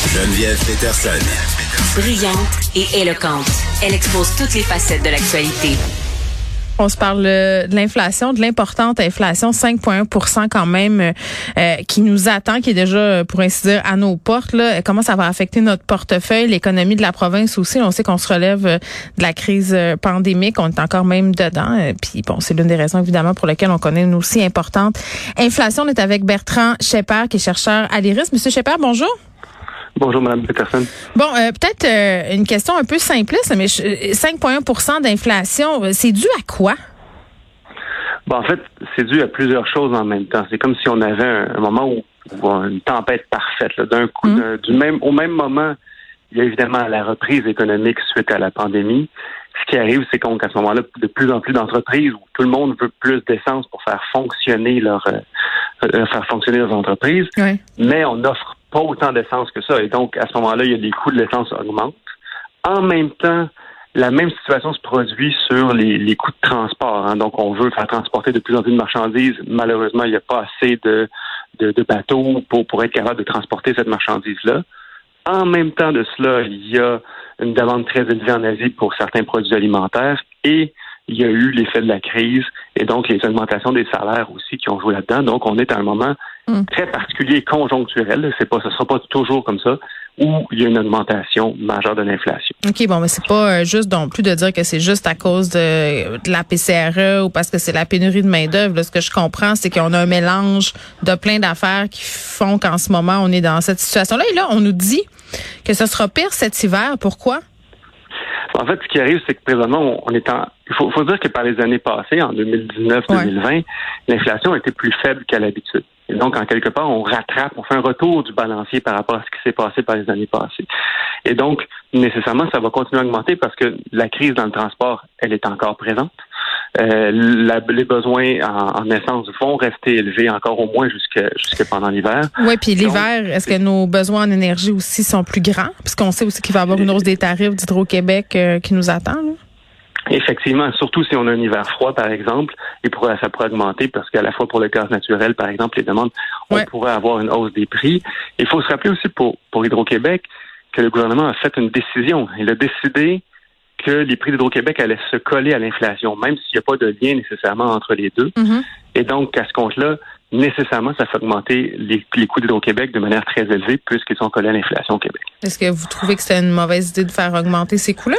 Geneviève Peterson. Brillante et éloquente, elle expose toutes les facettes de l'actualité. On se parle de l'inflation, de l'importante inflation, 5,1 quand même, qui nous attend, qui est déjà, pour ainsi dire, à nos portes. Là. Comment ça va affecter notre portefeuille, l'économie de la province aussi? On sait qu'on se relève de la crise pandémique, on est encore même dedans. Puis bon, c'est l'une des raisons, évidemment, pour lesquelles on connaît une aussi importante inflation. On est avec Bertrand Scheper, qui est chercheur à l'IRIS. Monsieur Scheper, bonjour. Bonjour, Mme Peterson. Bon, peut-être une question un peu simpliste, mais 5,1 d'inflation, c'est dû à quoi? Bon, en fait, c'est dû à plusieurs choses en même temps. C'est comme si on avait un moment où une tempête parfaite. Là, d'un coup, au même moment, il y a évidemment la reprise économique suite à la pandémie. Ce qui arrive, c'est qu'à ce moment-là, de plus en plus d'entreprises où tout le monde veut plus d'essence pour faire fonctionner leurs entreprises, oui. Mais on n'offre pas autant d'essence que ça. Et donc, à ce moment-là, il y a les coûts de l'essence augmentent. En même temps, la même situation se produit sur les coûts de transport. Hein. Donc, on veut faire transporter de plus en plus de marchandises. Malheureusement, il n'y a pas assez de bateaux pour être capable de transporter cette marchandise-là. En même temps de cela, il y a une demande très élevée en Asie pour certains produits alimentaires et il y a eu l'effet de la crise et donc les augmentations des salaires aussi qui ont joué là-dedans. Donc, on est à un moment très particulier, conjoncturel. Ce sera pas toujours comme ça, où il y a une augmentation majeure de l'inflation. OK, bon, mais c'est pas juste non plus de dire que c'est juste à cause de la PCRE ou parce que c'est la pénurie de main-d'œuvre. Là, ce que je comprends, c'est qu'on a un mélange de plein d'affaires qui font qu'en ce moment, on est dans cette situation-là. Et là, on nous dit que ce sera pire cet hiver. Pourquoi? En fait, ce qui arrive, c'est que présentement, il faut dire que par les années passées, en 2019-2020, l'inflation était plus faible qu'à l'habitude. Et donc, en quelque part, on fait un retour du balancier par rapport à ce qui s'est passé par les années passées. Et donc, nécessairement, ça va continuer à augmenter parce que la crise dans le transport, elle est encore présente. Les besoins en essence vont rester élevés encore au moins jusque pendant l'hiver. Oui, puis l'hiver, est-ce que nos besoins en énergie aussi sont plus grands? Parce qu'on sait aussi qu'il va y avoir une hausse des tarifs d'Hydro-Québec qui nous attend, là. Effectivement, surtout si on a un hiver froid, par exemple, ça pourrait augmenter parce qu'à la fois pour le gaz naturel, par exemple, les demandes, on pourrait avoir une hausse des prix. Il faut se rappeler aussi pour Hydro-Québec que le gouvernement a fait une décision. Il a décidé que les prix d'Hydro-Québec allaient se coller à l'inflation, même s'il n'y a pas de lien nécessairement entre les deux. Mm-hmm. Et donc, à ce compte-là, nécessairement, ça fait augmenter les coûts d'Hydro-Québec de manière très élevée puisqu'ils sont collés à l'inflation au Québec. Est-ce que vous trouvez que c'est une mauvaise idée de faire augmenter ces coûts-là?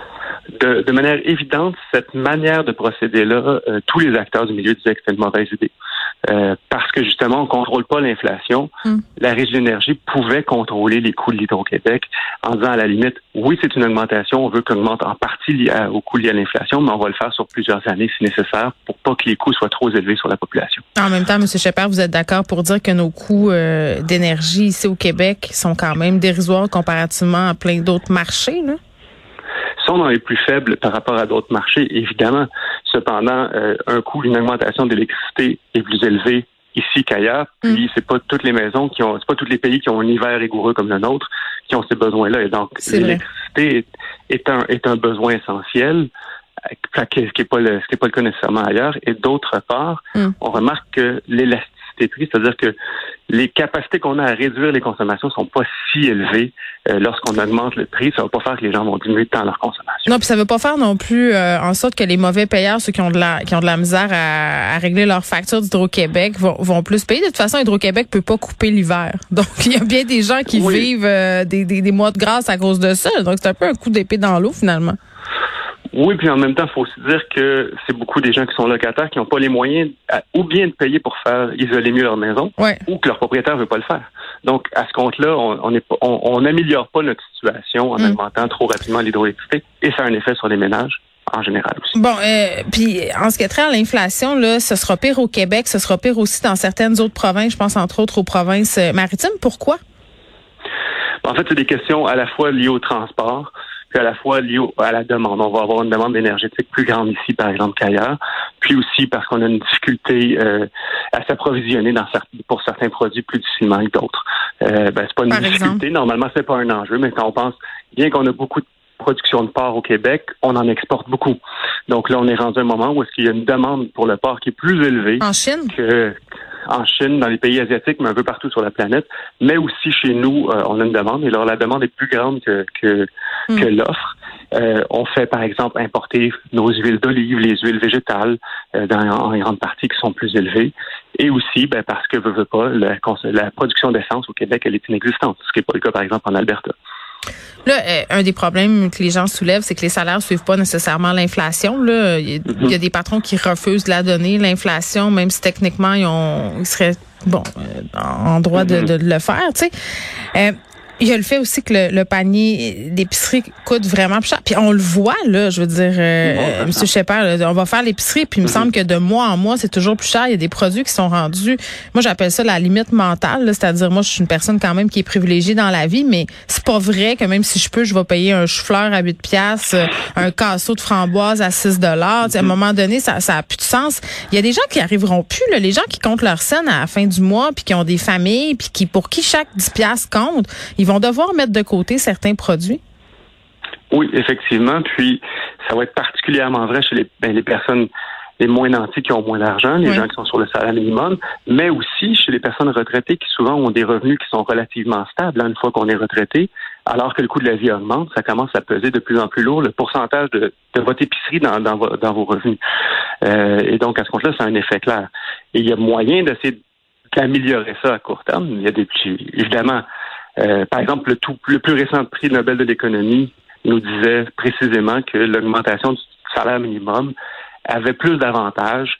De manière évidente, cette manière de procéder-là, tous les acteurs du milieu disaient que c'était une mauvaise idée. Parce que justement, on ne contrôle pas l'inflation. La Régie de l'énergie pouvait contrôler les coûts de l'Hydro-Québec en disant à la limite, oui, c'est une augmentation, on veut qu'on augmente en partie aux coûts liés à l'inflation, mais on va le faire sur plusieurs années si nécessaire pour pas que les coûts soient trop élevés sur la population. En même temps, M. Scheper, vous êtes d'accord pour dire que nos coûts d'énergie ici au Québec sont quand même dérisoires comparativement à plein d'autres marchés, là? Sont dans les plus faibles par rapport à d'autres marchés, évidemment. Cependant, une augmentation d'électricité est plus élevée ici qu'ailleurs. Puis c'est pas toutes les maisons c'est pas tous les pays qui ont un hiver rigoureux comme le nôtre qui ont ces besoins-là. Et donc, l'électricité est un besoin essentiel, ce qui est pas le cas nécessairement ailleurs. Et d'autre part, on remarque que l'élasticité de prix, c'est-à-dire que les capacités qu'on a à réduire les consommations sont pas si élevées. Lorsqu'on augmente le prix, ça va pas faire que les gens vont diminuer tant leur consommation. Non, puis ça veut pas faire non plus en sorte que les mauvais payeurs, ceux qui ont de la misère à régler leurs factures d'Hydro-Québec, vont plus payer. De toute façon, Hydro-Québec peut pas couper l'hiver. Donc, il y a bien des gens qui vivent des mois de grâce à cause de ça. Donc, c'est un peu un coup d'épée dans l'eau, finalement. Oui, puis en même temps, il faut aussi dire que c'est beaucoup des gens qui sont locataires qui n'ont pas les moyens ou bien de payer pour faire isoler mieux leur maison, ou que leur propriétaire ne veut pas le faire. Donc, à ce compte-là, on n'améliore pas notre situation en augmentant trop rapidement l'hydroélectricité et ça a un effet sur les ménages en général aussi. Bon, puis en ce qui a trait à l'inflation, là, ce sera pire au Québec, ce sera pire aussi dans certaines autres provinces, je pense entre autres aux provinces maritimes. Pourquoi? En fait, c'est des questions à la fois liées au transport, puis à la fois liées à la demande. On va avoir une demande énergétique plus grande ici, par exemple, qu'ailleurs. Puis aussi parce qu'on a une difficulté à s'approvisionner pour certains produits plus difficilement que d'autres. C'est pas une difficulté. Normalement, c'est pas un enjeu, mais quand on pense, bien qu'on a beaucoup de production de porc au Québec, on en exporte beaucoup. Donc là, on est rendu à un moment où est-ce qu'il y a une demande pour le porc qui est plus élevée. En Chine? en Chine, dans les pays asiatiques, mais un peu partout sur la planète. Mais aussi chez nous, on a une demande. Et alors, la demande est plus grande que l'offre. On fait, par exemple, importer nos huiles d'olive, les huiles végétales, en grande partie qui sont plus élevées. Et aussi, parce que, veut pas, la production d'essence au Québec, elle est inexistante. Ce qui n'est pas le cas, par exemple, en Alberta. Là, un des problèmes que les gens soulèvent, c'est que les salaires ne suivent pas nécessairement l'inflation. Là, il y a des patrons qui refusent de la donner, l'inflation, même si techniquement ils seraient en droit de le faire. Tu sais. Il y a le fait aussi que le panier d'épicerie coûte vraiment plus cher. Puis on le voit, là, je veux dire, M. Scheper, on va faire l'épicerie, puis il me semble que de mois en mois, c'est toujours plus cher. Il y a des produits qui sont rendus, moi j'appelle ça la limite mentale, là, c'est-à-dire moi je suis une personne quand même qui est privilégiée dans la vie, mais c'est pas vrai que même si je peux, je vais payer un chou-fleur à 8 piastres, un casseau de framboise à 6 $. À un moment donné, ça a plus de sens. Il y a des gens qui arriveront plus, là, les gens qui comptent leur scène à la fin du mois, puis qui ont des familles, puis pour qui chaque 10 piastres compte, ils vont devoir mettre de côté certains produits? Oui, effectivement. Puis, ça va être particulièrement vrai chez les personnes les moins nantis qui ont moins d'argent, les gens qui sont sur le salaire minimum, mais aussi chez les personnes retraitées qui souvent ont des revenus qui sont relativement stables une fois qu'on est retraité, alors que le coût de la vie augmente, ça commence à peser de plus en plus lourd le pourcentage de votre épicerie dans vos revenus. Et donc, à ce compte-là, c'est un effet clair. Et il y a moyen d'essayer d'améliorer ça à court terme. Il y a évidemment, par exemple, le plus récent prix Nobel de l'économie nous disait précisément que l'augmentation du salaire minimum avait plus d'avantages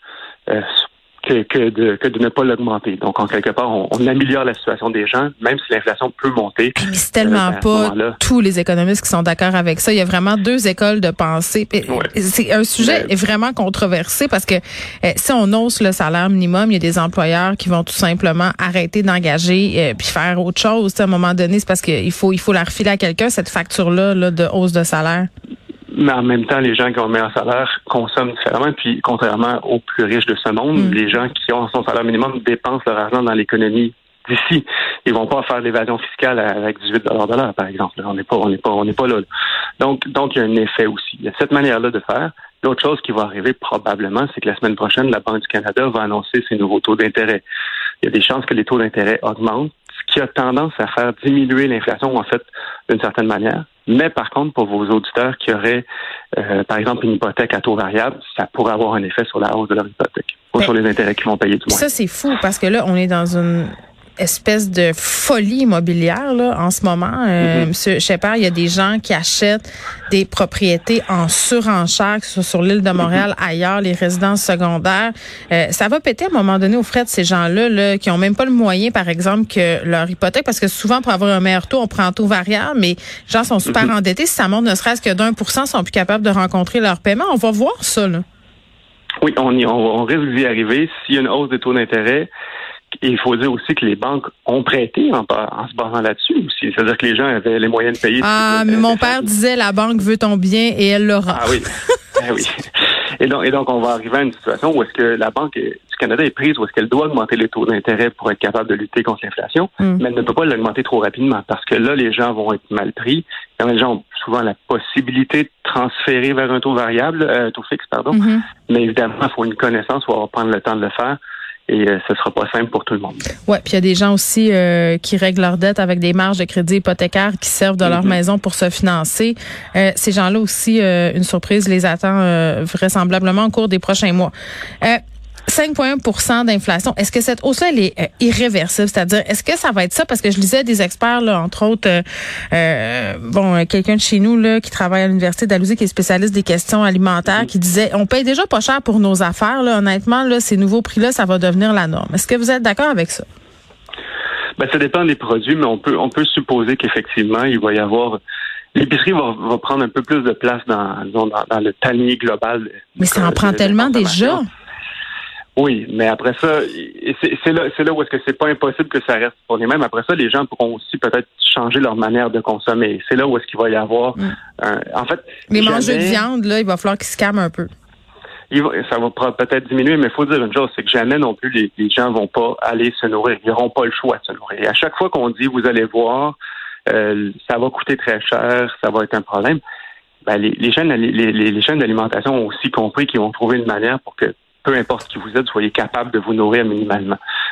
que de ne pas l'augmenter. Donc, en quelque part, on améliore la situation des gens, même si l'inflation peut monter. Mais c'est tellement pas tous les économistes qui sont d'accord avec ça. Il y a vraiment deux écoles de pensée. C'est un sujet vraiment controversé parce que si on hausse le salaire minimum, il y a des employeurs qui vont tout simplement arrêter d'engager puis faire autre chose. À un moment donné, c'est parce qu'il faut la refiler à quelqu'un, cette facture-là de hausse de salaire. Mais en même temps, les gens qui ont le meilleur salaire consomment différemment. Puis, contrairement aux plus riches de ce monde, les gens qui ont son salaire minimum dépensent leur argent dans l'économie d'ici. Ils vont pas faire l'évasion fiscale avec 18 $ de l'heure, par exemple. On n'est pas là. Donc, il y a un effet aussi. Il y a cette manière-là de faire. L'autre chose qui va arriver probablement, c'est que la semaine prochaine, la Banque du Canada va annoncer ses nouveaux taux d'intérêt. Il y a des chances que les taux d'intérêt augmentent, ce qui a tendance à faire diminuer l'inflation, en fait, d'une certaine manière. Mais par contre, pour vos auditeurs qui auraient, par exemple, une hypothèque à taux variable, ça pourrait avoir un effet sur la hausse de leur hypothèque ou sur les intérêts qu'ils vont payer du moins. Ça, c'est fou parce que là, on est dans une espèce de folie immobilière là en ce moment. Monsieur Scheper, il y a des gens qui achètent des propriétés en surenchère, que ce soit sur l'île de Montréal, ailleurs, les résidences secondaires. Ça va péter à un moment donné aux frais de ces gens-là là, qui ont même pas le moyen, par exemple, que leur hypothèque, parce que souvent, pour avoir un meilleur taux, on prend un taux variable, mais les gens sont super endettés. Si ça monte ne serait-ce que d'1%, sont plus capables de rencontrer leur paiement. On va voir ça, là. Oui, on risque d'y arriver. S'il y a une hausse des taux d'intérêt, et il faut dire aussi que les banques ont prêté en se basant là-dessus aussi. C'est-à-dire que les gens avaient les moyens de payer. Ah, mais mon père disait la banque veut ton bien et elle l'aura. Ah oui. Oui. Et donc, on va arriver à une situation où est-ce que la Banque du Canada est prise, où est-ce qu'elle doit augmenter les taux d'intérêt pour être capable de lutter contre l'inflation, mais elle ne peut pas l'augmenter trop rapidement parce que là, les gens vont être mal pris. Les gens ont souvent la possibilité de transférer vers un taux variable, taux fixe, pardon. Mais évidemment, il faut une connaissance, il faut prendre le temps de le faire. Et ce sera pas simple pour tout le monde. Ouais, puis il y a des gens aussi qui règlent leurs dettes avec des marges de crédit hypothécaires qui servent de leur maison pour se financer. Ces gens-là aussi, une surprise les attend vraisemblablement au cours des prochains mois. 5,1 % d'inflation. Est-ce que cette hausse-là, elle est irréversible? C'est-à-dire, est-ce que ça va être ça? Parce que je lisais des experts, là, entre autres, quelqu'un de chez nous là qui travaille à l'Université d'Alousie, qui est spécialiste des questions alimentaires, qui disait, on paye déjà pas cher pour nos affaires. Là, honnêtement, là, ces nouveaux prix-là, ça va devenir la norme. Est-ce que vous êtes d'accord avec ça? Ça dépend des produits, mais on peut supposer qu'effectivement, il va y avoir... L'épicerie va prendre un peu plus de place dans le panier global. Mais ça en prend tellement déjà. Oui, mais après ça, c'est là où est-ce que c'est pas impossible que ça reste pour les mêmes. Après ça, les gens pourront aussi peut-être changer leur manière de consommer. C'est là où est-ce qu'il va y avoir en fait... Les mangeurs de viande, là, il va falloir qu'ils se calment un peu. Ça va peut-être diminuer, mais il faut dire une chose, c'est que jamais non plus les gens vont pas aller se nourrir. Ils n'auront pas le choix de se nourrir. Et à chaque fois qu'on dit, vous allez voir, ça va coûter très cher, ça va être un problème, les chaînes d'alimentation ont aussi compris qu'ils vont trouver une manière pour que peu importe qui vous êtes, soyez capable de vous nourrir minimalement.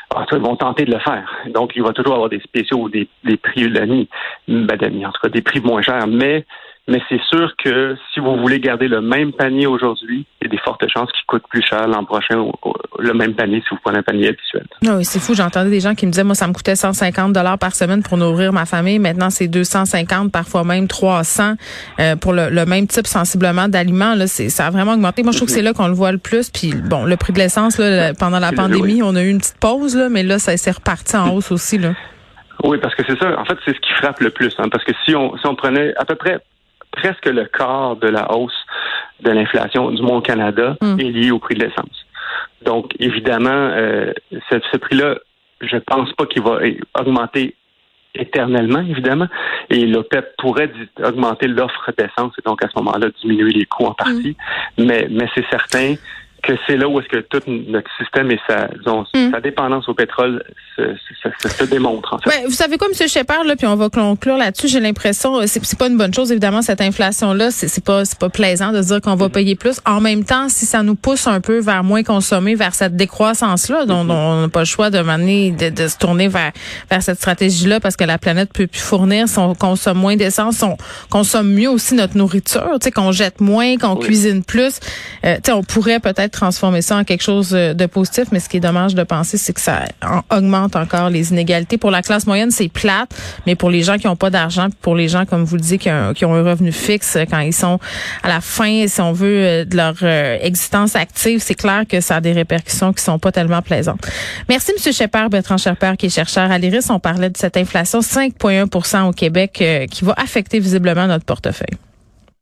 Ils vont tenter de le faire. Donc, il va toujours avoir des spéciaux ou des prix d'amis, en tout cas des prix moins chers. Mais c'est sûr que si vous voulez garder le même panier aujourd'hui, il y a des fortes chances qu'il coûte plus cher l'an prochain le même panier si vous prenez un panier habituel. Ah oui, c'est fou. J'entendais des gens qui me disaient, moi, ça me coûtait 150 $ par semaine pour nourrir ma famille. Maintenant, c'est 250, parfois même 300 pour le même type sensiblement d'aliments. Là, ça a vraiment augmenté. Moi, je trouve que c'est là qu'on le voit le plus. Puis bon, le prix de l'essence, là, pendant la pandémie, on a eu une petite pause, là, mais là, ça s'est reparti en hausse aussi, là. Oui, parce que c'est ça. En fait, c'est ce qui frappe le plus. Parce que si on prenait à peu près presque le quart de la hausse de l'inflation, du moins au Canada, est lié au prix de l'essence. Donc, évidemment, ce prix-là, je pense pas qu'il va augmenter éternellement, évidemment. Et l'OPEP pourrait augmenter l'offre d'essence et donc, à ce moment-là, diminuer les coûts en partie. Mais c'est certain que c'est là où est-ce que tout notre système et sa dépendance au pétrole se démontre, en fait. Ouais, vous savez quoi, M. Shepard, là, puis on va conclure là-dessus, j'ai l'impression, c'est pas une bonne chose, évidemment, cette inflation-là, c'est pas plaisant de se dire qu'on va payer plus. En même temps, si ça nous pousse un peu vers moins consommer, vers cette décroissance-là, dont on n'a pas le choix de se tourner vers cette stratégie-là, parce que la planète peut plus fournir, si on consomme moins d'essence, on consomme mieux aussi notre nourriture, tu sais, qu'on jette moins, qu'on cuisine plus, tu sais, on pourrait peut-être transformer ça en quelque chose de positif, mais ce qui est dommage de penser, c'est que ça augmente encore les inégalités. Pour la classe moyenne, c'est plate, mais pour les gens qui n'ont pas d'argent, puis pour les gens, comme vous le dites, qui ont un revenu fixe, quand ils sont à la fin, si on veut, de leur existence active, c'est clair que ça a des répercussions qui sont pas tellement plaisantes. Merci, M. Shepard, Bertrand Shepard, qui est chercheur à l'IRIS. On parlait de cette inflation 5,1 % au Québec qui va affecter visiblement notre portefeuille.